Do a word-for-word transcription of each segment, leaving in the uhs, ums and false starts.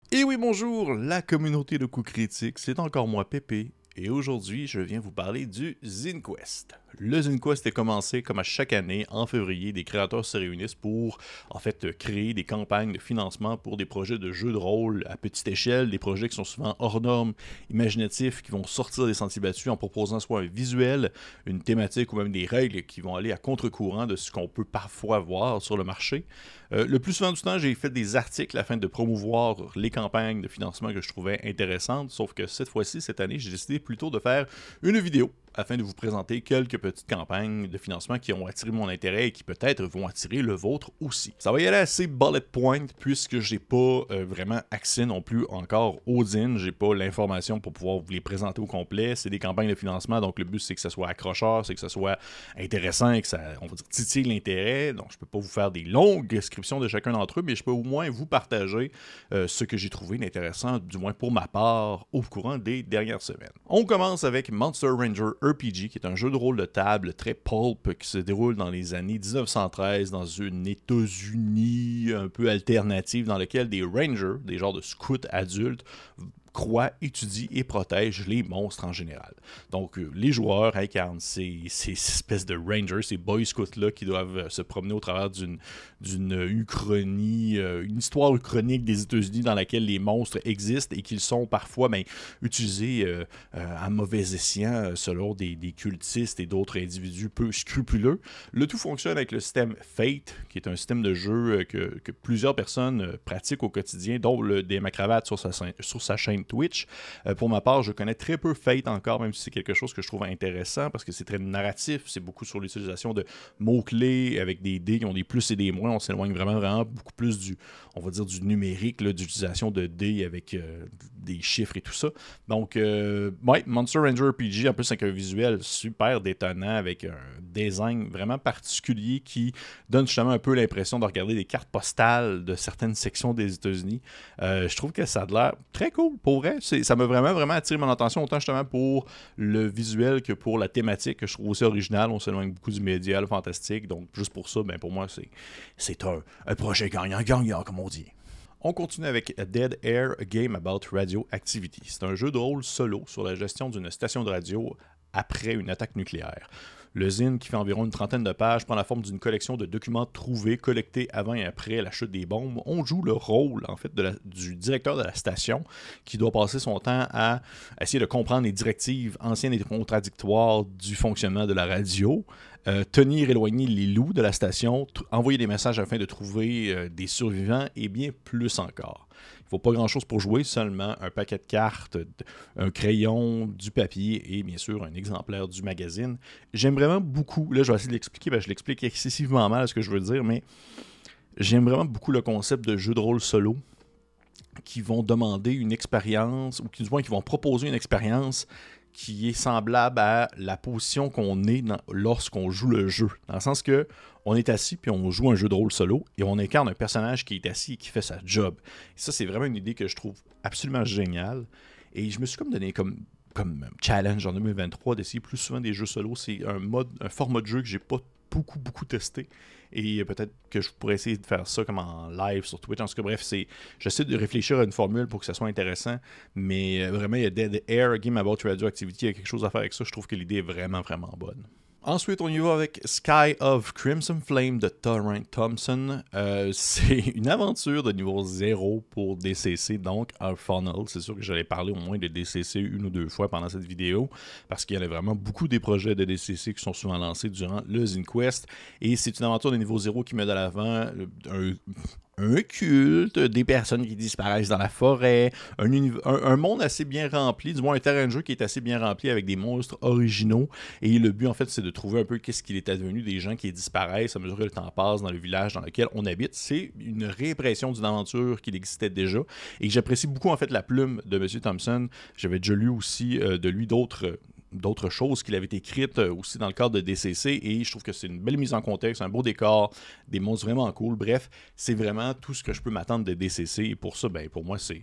Et oui, bonjour, la communauté de coups critiques, c'est encore moi, Pépé, et aujourd'hui, je viens vous parler du ZineQuest. Le ZineQuest est commencé, comme à chaque année, en février, des créateurs se réunissent pour, en fait, créer des campagnes de financement pour des projets de jeux de rôle à petite échelle, des projets qui sont souvent hors normes, imaginatifs, qui vont sortir des sentiers battus en proposant soit un visuel, une thématique ou même des règles qui vont aller à contre-courant de ce qu'on peut parfois voir sur le marché. Euh, le plus souvent du temps, j'ai fait des articles afin de promouvoir les campagnes de financement que je trouvais intéressantes, sauf que cette fois-ci, cette année, j'ai décidé plutôt de faire une vidéo afin de vous présenter quelques petites campagnes de financement qui ont attiré mon intérêt et qui peut-être vont attirer le vôtre aussi. Ça va y aller assez bullet point puisque j'ai pas euh, vraiment accès non plus encore aux zines, j'ai pas l'information pour pouvoir vous les présenter au complet. C'est des campagnes de financement, donc le but c'est que ça soit accrocheur, c'est que ça soit intéressant et que ça, on va dire, titille l'intérêt. Donc je peux pas vous faire des longues descriptions de chacun d'entre eux, mais je peux au moins vous partager euh, ce que j'ai trouvé d'intéressant, du moins pour ma part, au courant des dernières semaines. On commence avec Monster Ranger R P G, qui est un jeu de rôle de table très pulp qui se déroule dans les années dix-neuf cent treize dans une États-Unis un peu alternative dans lequel des rangers, des genres de scouts adultes, croient, étudient et protègent les monstres en général. Donc, euh, les joueurs incarnent ces, ces espèces de rangers, ces boy scouts-là qui doivent euh, se promener au travers d'une d'une uchronie, euh, une histoire uchronique des États-Unis dans laquelle les monstres existent et qu'ils sont parfois ben, utilisés euh, euh, à mauvais escient euh, selon des, des cultistes et d'autres individus peu scrupuleux. Le tout fonctionne avec le système Fate, qui est un système de jeu euh, que, que plusieurs personnes euh, pratiquent au quotidien, dont le D M A Cravate sur sa, sur sa chaîne Twitch. Euh, pour ma part, je connais très peu Fate encore, même si c'est quelque chose que je trouve intéressant parce que c'est très narratif, c'est beaucoup sur l'utilisation de mots-clés avec des dés qui ont des plus et des moins. On s'éloigne vraiment, vraiment beaucoup plus du, on va dire, du numérique, là, d'utilisation de dés avec euh, des chiffres et tout ça. Donc, euh, ouais, Monster Ranger R P G, en plus avec un visuel super détonnant, avec un design vraiment particulier qui donne justement un peu l'impression de regarder des cartes postales de certaines sections des États-Unis. Euh, je trouve que ça a l'air très cool, pour vrai. C'est, ça m'a vraiment, vraiment attiré mon attention, autant justement pour le visuel que pour la thématique, que je trouve aussi originale. On s'éloigne beaucoup du média, le fantastique. Donc, juste pour ça, ben, pour moi, c'est, c'est un, un projet gagnant-gagnant, comme on dit. On continue avec Dead Air, A Game About Radioactivity. C'est un jeu de rôle solo sur la gestion d'une station de radio après une attaque nucléaire. Le zine, qui fait environ une trentaine de pages, prend la forme d'une collection de documents trouvés, collectés avant et après la chute des bombes. On joue le rôle, en fait, de la, du directeur de la station, qui doit passer son temps à essayer de comprendre les directives anciennes et contradictoires du fonctionnement de la radio, euh, tenir éloigner les loups de la station, envoyer des messages afin de trouver euh, des survivants et bien plus encore. Il ne faut pas grand-chose pour jouer, seulement un paquet de cartes, un crayon, du papier et bien sûr un exemplaire du magazine. J'aime vraiment beaucoup, là je vais essayer de l'expliquer, parce que je l'explique excessivement mal ce que je veux dire, mais j'aime vraiment beaucoup le concept de jeu de rôle solo qui vont demander une expérience, ou qui, du moins qui vont proposer une expérience qui est semblable à la position qu'on est dans, lorsqu'on joue le jeu. Dans le sens que on est assis puis on joue un jeu de rôle solo et on incarne un personnage qui est assis et qui fait sa job. Et ça, c'est vraiment une idée que je trouve absolument géniale. Et je me suis comme donné comme, comme challenge en deux mille vingt-trois d'essayer plus souvent des jeux solo. C'est un mode, un format de jeu que j'ai pas beaucoup, beaucoup testé. Et peut-être que je pourrais essayer de faire ça comme en live sur Twitch. En tout cas, bref, c'est, j'essaie de réfléchir à une formule pour que ça soit intéressant. Mais vraiment, il y a Dead Air, A Game About Radioactivity. Il y a quelque chose à faire avec ça. Je trouve que l'idée est vraiment, vraiment bonne. Ensuite, on y va avec Sky of Crimson Flame de Torrent Thompson. Euh, c'est une aventure de niveau zéro pour D C C, donc Our Funnel. C'est sûr que j'allais parler au moins de D C C une ou deux fois pendant cette vidéo, parce qu'il y en a vraiment beaucoup des projets de D C C qui sont souvent lancés durant le ZineQuest. Et c'est une aventure de niveau zéro qui met de l'avant un... un culte, des personnes qui disparaissent dans la forêt, un, un, un monde assez bien rempli, du moins un terrain de jeu qui est assez bien rempli avec des monstres originaux. Et le but, en fait, c'est de trouver un peu qu'est-ce qu'il est advenu des gens qui disparaissent à mesure que le temps passe dans le village dans lequel on habite. C'est une réimpression d'une aventure qui existait déjà et que j'apprécie beaucoup, en fait, la plume de M. Thompson. J'avais déjà lu aussi euh, de lui d'autres... Euh, d'autres choses qu'il avait écrites euh, aussi dans le cadre de D C C, et je trouve que c'est une belle mise en contexte, un beau décor, des monstres vraiment cool. Bref, c'est vraiment tout ce que je peux m'attendre de D C C, et pour ça, ben, pour moi, c'est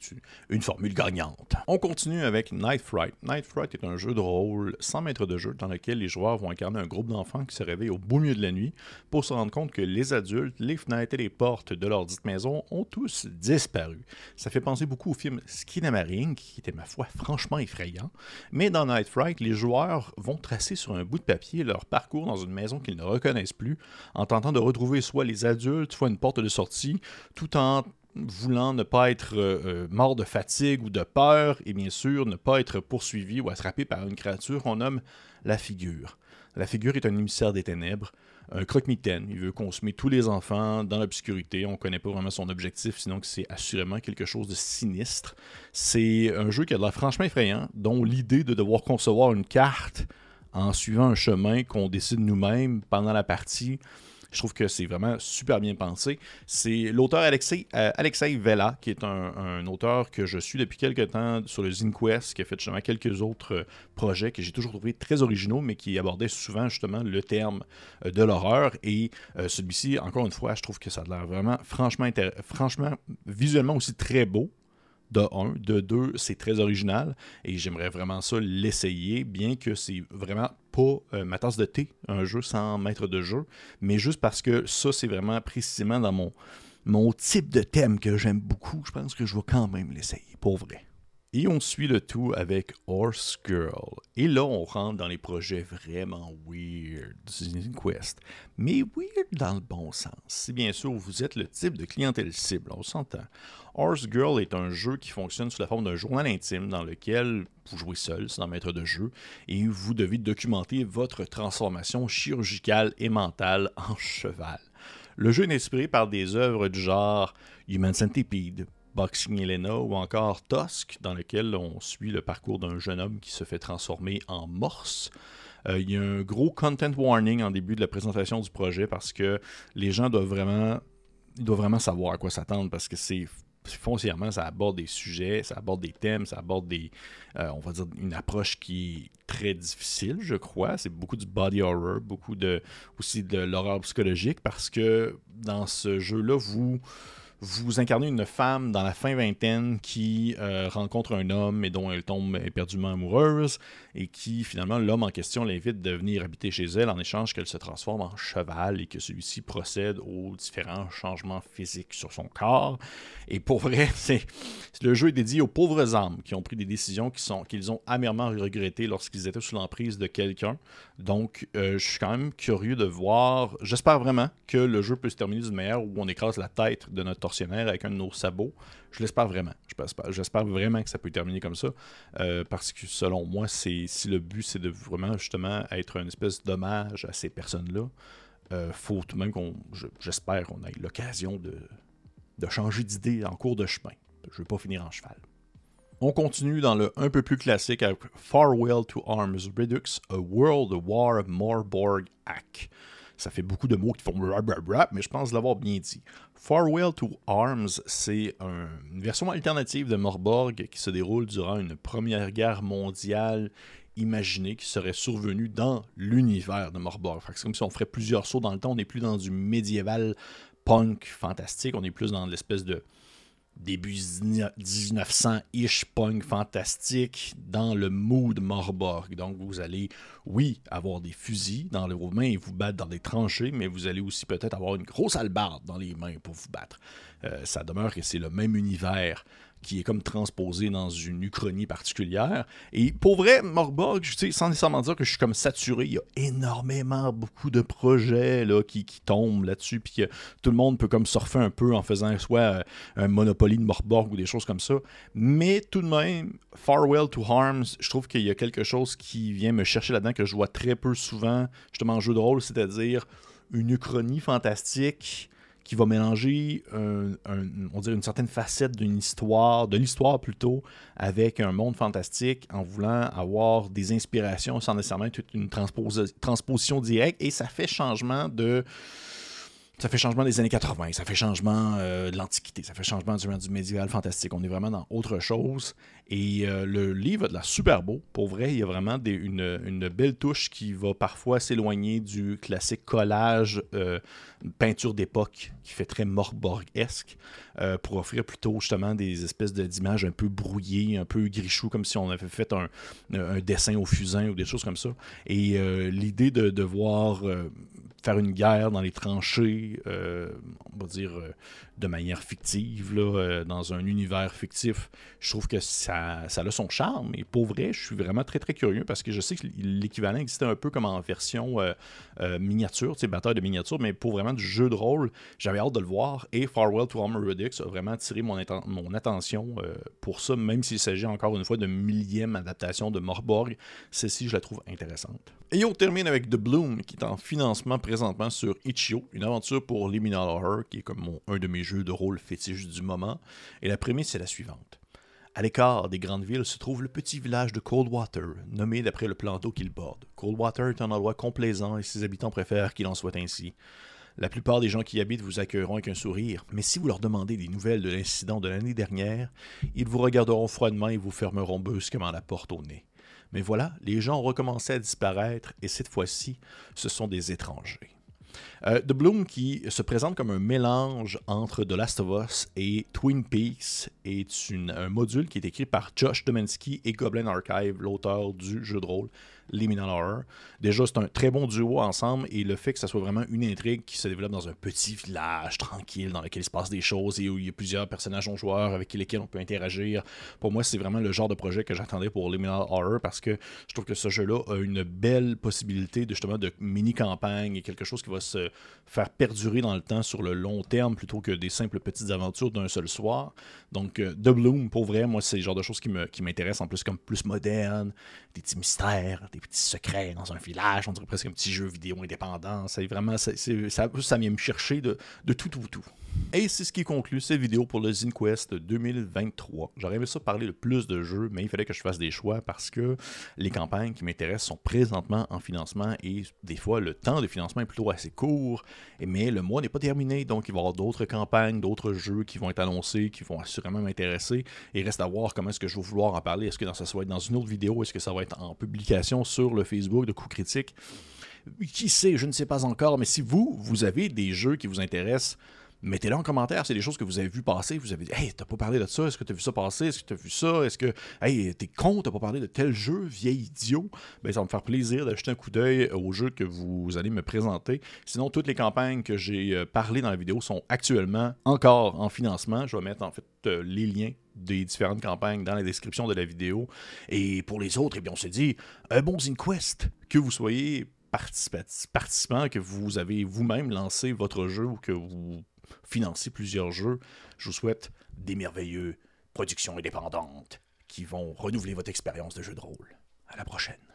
une formule gagnante. On continue avec Night Fright. Night Fright est un jeu de rôle sans maître de jeu dans lequel les joueurs vont incarner un groupe d'enfants qui se réveillent au beau milieu de la nuit pour se rendre compte que les adultes, les fenêtres et les portes de leur dite maison ont tous disparu. Ça fait penser beaucoup au film Skinamarink, qui était, ma foi, franchement effrayant. Mais dans Night Fright, les joueurs vont tracer sur un bout de papier leur parcours dans une maison qu'ils ne reconnaissent plus, en tentant de retrouver soit les adultes, soit une porte de sortie, tout en voulant ne pas être euh, mort de fatigue ou de peur, et bien sûr ne pas être poursuivi ou attrapé par une créature qu'on nomme la Figure. La Figure est un émissaire des ténèbres, un croque-mitaine. Il veut consommer tous les enfants dans l'obscurité. On ne connaît pas vraiment son objectif, sinon que c'est assurément quelque chose de sinistre. C'est un jeu qui a l'air franchement effrayant, dont l'idée de devoir concevoir une carte en suivant un chemin qu'on décide nous-mêmes pendant la partie. Je trouve que c'est vraiment super bien pensé. C'est l'auteur Alexei, euh, Alexei Vella, qui est un, un auteur que je suis depuis quelques temps sur le ZineQuest, qui a fait justement quelques autres euh, projets que j'ai toujours trouvé très originaux, mais qui abordaient souvent justement le terme euh, de l'horreur. Et euh, celui-ci, encore une fois, je trouve que ça a l'air vraiment franchement, franchement visuellement aussi très beau. De un. De deux, c'est très original et j'aimerais vraiment ça l'essayer, bien que c'est vraiment pas euh, ma tasse de thé, un jeu sans maître de jeu, mais juste parce que ça, c'est vraiment précisément dans mon, mon type de thème que j'aime beaucoup. Je pense que je vais quand même l'essayer, pour vrai. Et on suit le tout avec Horse Girl. Et là, on rentre dans les projets vraiment weird du ZineQuest. Mais weird dans le bon sens. Si bien sûr vous êtes le type de clientèle cible, on s'entend. Horse Girl est un jeu qui fonctionne sous la forme d'un journal intime dans lequel vous jouez seul, c'est un maître de jeu, et vous devez documenter votre transformation chirurgicale et mentale en cheval. Le jeu est inspiré par des œuvres du genre Human Centipede, Boxing Elena ou encore Tusk, dans lequel on suit le parcours d'un jeune homme qui se fait transformer en morse. Euh, il y a un gros content warning en début de la présentation du projet parce que les gens doivent vraiment, ils doivent vraiment savoir à quoi s'attendre parce que c'est foncièrement, ça aborde des sujets, ça aborde des thèmes, ça aborde des, euh, on va dire, une approche qui est très difficile, je crois. C'est beaucoup du body horror, beaucoup de, aussi de l'horreur psychologique parce que dans ce jeu-là, vous... Vous incarnez une femme dans la fin vingtaine qui euh, rencontre un homme et dont elle tombe éperdument amoureuse et qui, finalement, l'homme en question l'invite de venir habiter chez elle en échange qu'elle se transforme en cheval et que celui-ci procède aux différents changements physiques sur son corps. Et pour vrai, c'est le jeu est dédié aux pauvres âmes qui ont pris des décisions qui sont qu'ils ont amèrement regrettées lorsqu'ils étaient sous l'emprise de quelqu'un. Donc, euh, je suis quand même curieux de voir, j'espère vraiment que le jeu peut se terminer d'une manière où on écrase la tête de notre tortionnaire avec un de nos sabots. Je l'espère vraiment. J'espère vraiment que ça peut terminer comme ça. Euh, parce que selon moi, c'est si le but c'est de vraiment justement être une espèce d'hommage à ces personnes-là, euh, faut tout de même qu'on, j'espère qu'on ait l'occasion de, de changer d'idée en cours de chemin. Je ne veux pas finir en cheval. On continue dans le un peu plus classique avec Farewell to Arms Redux, A World War Morborg Hack. Ça fait beaucoup de mots qui font rap, rap, rap, mais je pense l'avoir bien dit. Farewell to Arms, c'est un, une version alternative de Morborg qui se déroule durant une première guerre mondiale imaginée qui serait survenue dans l'univers de Morborg. C'est comme si on ferait plusieurs sauts dans le temps. On n'est plus dans du médiéval punk fantastique, on est plus dans l'espèce de début dix-neuf cents-ish punk fantastique dans le mood Morborg. Donc vous allez, oui, avoir des fusils dans vos mains et vous battre dans des tranchées, mais vous allez aussi peut-être avoir une grosse hallebarde dans les mains pour vous battre. Euh, ça demeure que c'est le même univers qui est comme transposé dans une uchronie particulière. Et pour vrai, Morborg, tu sais, sans nécessairement dire que je suis comme saturé, il y a énormément, beaucoup de projets là, qui, qui tombent là-dessus, puis que tout le monde peut comme surfer un peu en faisant soit euh, un Monopoly de Morborg ou des choses comme ça. Mais tout de même, Farewell to Arms, je trouve qu'il y a quelque chose qui vient me chercher là-dedans que je vois très peu souvent, justement en jeu de rôle, c'est-à-dire une uchronie fantastique qui va mélanger un, un, on dirait une certaine facette d'une histoire, de l'histoire plutôt, avec un monde fantastique en voulant avoir des inspirations sans nécessairement être une transpos- transposition directe. Et ça fait changement de... Ça fait changement des années quatre-vingt, ça fait changement euh, de l'Antiquité, ça fait changement du, du médiéval fantastique. On est vraiment dans autre chose. Et euh, le livre a de l'air super beau. Pour vrai, il y a vraiment des, une, une belle touche qui va parfois s'éloigner du classique collage, euh, peinture d'époque, qui fait très Morborg-esque, euh, pour offrir plutôt justement des espèces de, d'images un peu brouillées, un peu grichou, comme si on avait fait un, un dessin au fusain ou des choses comme ça. Et euh, l'idée de, de voir... Euh, faire une guerre dans les tranchées, euh, on va dire euh, de manière fictive, là, euh, dans un univers fictif, je trouve que ça, ça a son charme. Et pour vrai, je suis vraiment très très curieux parce que je sais que l'équivalent existait un peu comme en version euh, euh, miniature, tu sais, bataille de miniature, mais pour vraiment du jeu de rôle, j'avais hâte de le voir. Et Farewell to Armor Redux a vraiment attiré mon, atten- mon attention euh, pour ça, même s'il s'agit encore une fois de millième adaptation de Morborg. Celle-ci, je la trouve intéressante. Et on termine avec The Bloom, qui est en financement présentement sur itch point io, une aventure pour Liminal Horror, qui est comme mon, un de mes jeux de rôle fétiche du moment. Et la prémisse est la suivante. À l'écart des grandes villes se trouve le petit village de Coldwater, nommé d'après le plan d'eau qu'il borde. Coldwater est un endroit complaisant et ses habitants préfèrent qu'il en soit ainsi. La plupart des gens qui y habitent vous accueilleront avec un sourire, mais si vous leur demandez des nouvelles de l'incident de l'année dernière, ils vous regarderont froidement et vous fermeront brusquement la porte au nez. Mais voilà, les gens ont recommencé à disparaître et cette fois-ci, ce sont des étrangers. Euh, The Bloom, qui se présente comme un mélange entre The Last of Us et Twin Peaks, est une, un module qui est écrit par Josh Domensky et Goblin Archive, l'auteur du jeu de rôle Liminal Horror. Déjà, c'est un très bon duo ensemble et le fait que ça soit vraiment une intrigue qui se développe dans un petit village tranquille dans lequel il se passe des choses et où il y a plusieurs personnages non joueurs avec lesquels on peut interagir. Pour moi, c'est vraiment le genre de projet que j'attendais pour Liminal Horror parce que je trouve que ce jeu-là a une belle possibilité de, justement de mini-campagne et quelque chose qui va se faire perdurer dans le temps sur le long terme plutôt que des simples petites aventures d'un seul soir. Donc, euh, The Bloom, pour vrai, moi, c'est le genre de choses qui, me, qui m'intéressent en plus, comme plus moderne, des petits mystères, des petits secrets dans un village, on dirait presque un petit jeu vidéo indépendant. C'est vraiment, c'est, c'est, ça, ça vient me chercher de, de tout, tout, tout. Et c'est ce qui conclut cette vidéo pour le ZineQuest deux mille vingt-trois. J'aurais aimé ça parler de plus de jeux, mais il fallait que je fasse des choix parce que les campagnes qui m'intéressent sont présentement en financement et des fois le temps de financement est plutôt assez court, mais le mois n'est pas terminé, donc il va y avoir d'autres campagnes, d'autres jeux qui vont être annoncés, qui vont assurément m'intéresser. Et il reste à voir comment est-ce que je vais vouloir en parler. Est-ce que ça va être dans une autre vidéo, est-ce que ça va être en publication sur le Facebook de Coup Critique? Qui sait, je ne sais pas encore, mais si vous, vous avez des jeux qui vous intéressent, mettez-le en commentaire, c'est des choses que vous avez vu passer, vous avez dit « Hey, t'as pas parlé de ça, est-ce que t'as vu ça passer, est-ce que t'as vu ça, est-ce que, hey, t'es con, t'as pas parlé de tel jeu, vieil idiot », ben ça va me faire plaisir d'acheter un coup d'œil aux jeux que vous allez me présenter. Sinon, toutes les campagnes que j'ai parlé dans la vidéo sont actuellement encore en financement. Je vais mettre en fait les liens des différentes campagnes dans la description de la vidéo. Et pour les autres, eh bien, on s'est dit, un bon ZineQuest, que vous soyez participant, que vous avez vous-même lancé votre jeu ou que vous financez plusieurs jeux, je vous souhaite des merveilleuses productions indépendantes qui vont renouveler votre expérience de jeu de rôle. À la prochaine.